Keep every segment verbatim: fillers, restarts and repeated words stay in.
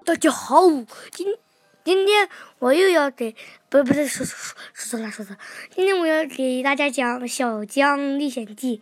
大家好，今今天我又要给不不是说说说说错了说错了，今天我要给大家讲《小江历险记》。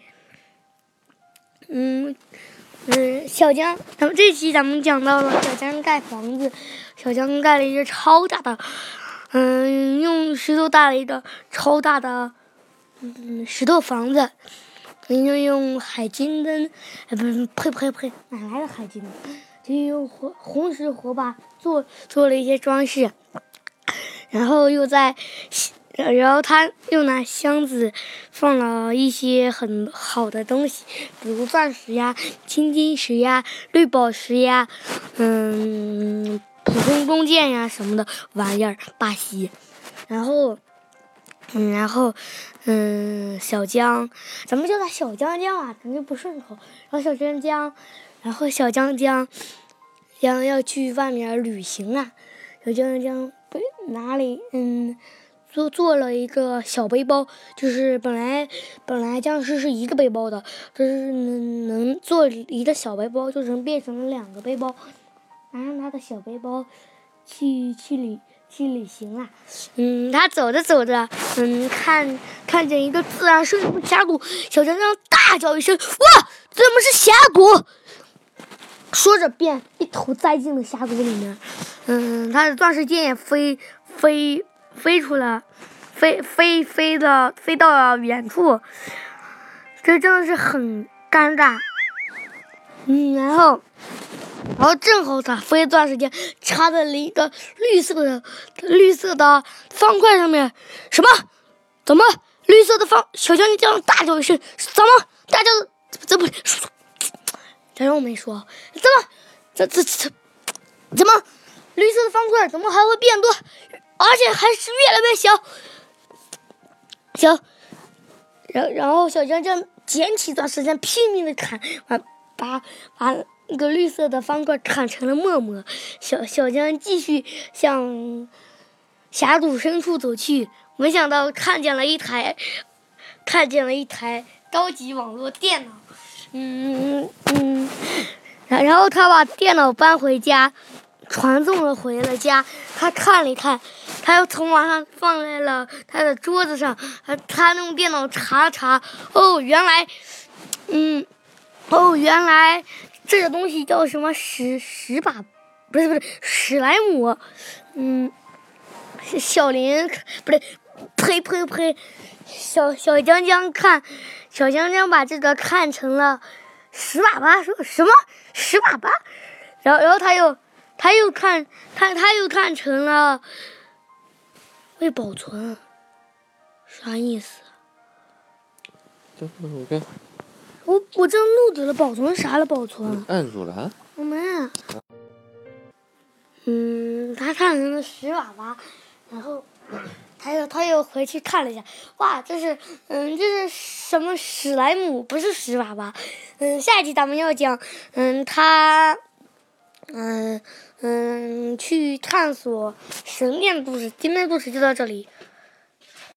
嗯嗯，小江，咱们这期咱们讲到了小江盖房子，小江盖了一个超大的，嗯，用石头搭了一个超大的，嗯，石头房子，又用海金灯，哎，不是，呸呸呸，哪来的海金灯？就用红红石火把做做了一些装饰，然后又在，然后他又拿箱子放了一些很好的东西，比如钻石呀、青金石呀、绿宝石呀，嗯，普通弓箭呀什么的玩意儿，巴西，然后。嗯，然后，嗯，小江，咱们叫他小江江啊，感觉不顺口。然后小江江，然后小江江，江要去外面旅行啊。小江江不哪里，嗯，做做了一个小背包，就是本来本来僵尸是一个背包的，就是能能做一个小背包，就能变成了两个背包，拿上他的小背包去去旅。去旅行啊，嗯，他走着走着，嗯，看看见一个自然生成的峡谷，小江江大叫一声：“哇，怎么是峡谷？”说着便一头栽进了峡谷里面。嗯，他的钻石剑也飞飞飞出了，飞飞飞的飞到了远处，这真的是很尴尬。嗯，然后。然后正好他飞钻石剑插在了一个绿色的绿色的方块上面。什么？怎么绿色的方？小江江大叫一声：“怎么？大叫怎么？假装我没说。怎么？这这这怎么？绿色的方块怎么还会变多？而且还是越来越小。小，然然后小江江捡起钻石剑，拼命的砍，把把把。那个绿色的方块砍成了沫沫，小小江继续向峡谷深处走去，没想到看见了一台，看见了一台高级网络电脑，嗯嗯，然然后他把电脑搬回家，传送了回了家。他看了一看，他又从网上放在了他的桌子上，他他用电脑查了查，哦，原来，嗯，哦，原来。这个东西叫什么史史把，不是不是史莱姆，嗯，小林不对，呸呸呸，小小江江看，小江江把这个看成了史粑粑，说什么史粑粑，然后然后他又他又看他他又看成了未保存，啥意思？ 这我看。 我我正录着了，保存啥了？保存按住了啊？ 我没啊。嗯，他看成了史粑粑，然后他又他又回去看了一下，哇，这是嗯，这是什么史莱姆？不是史粑粑。嗯，下一集咱们要讲，嗯，他嗯嗯去探索神殿的故事。今天的故事就到这里。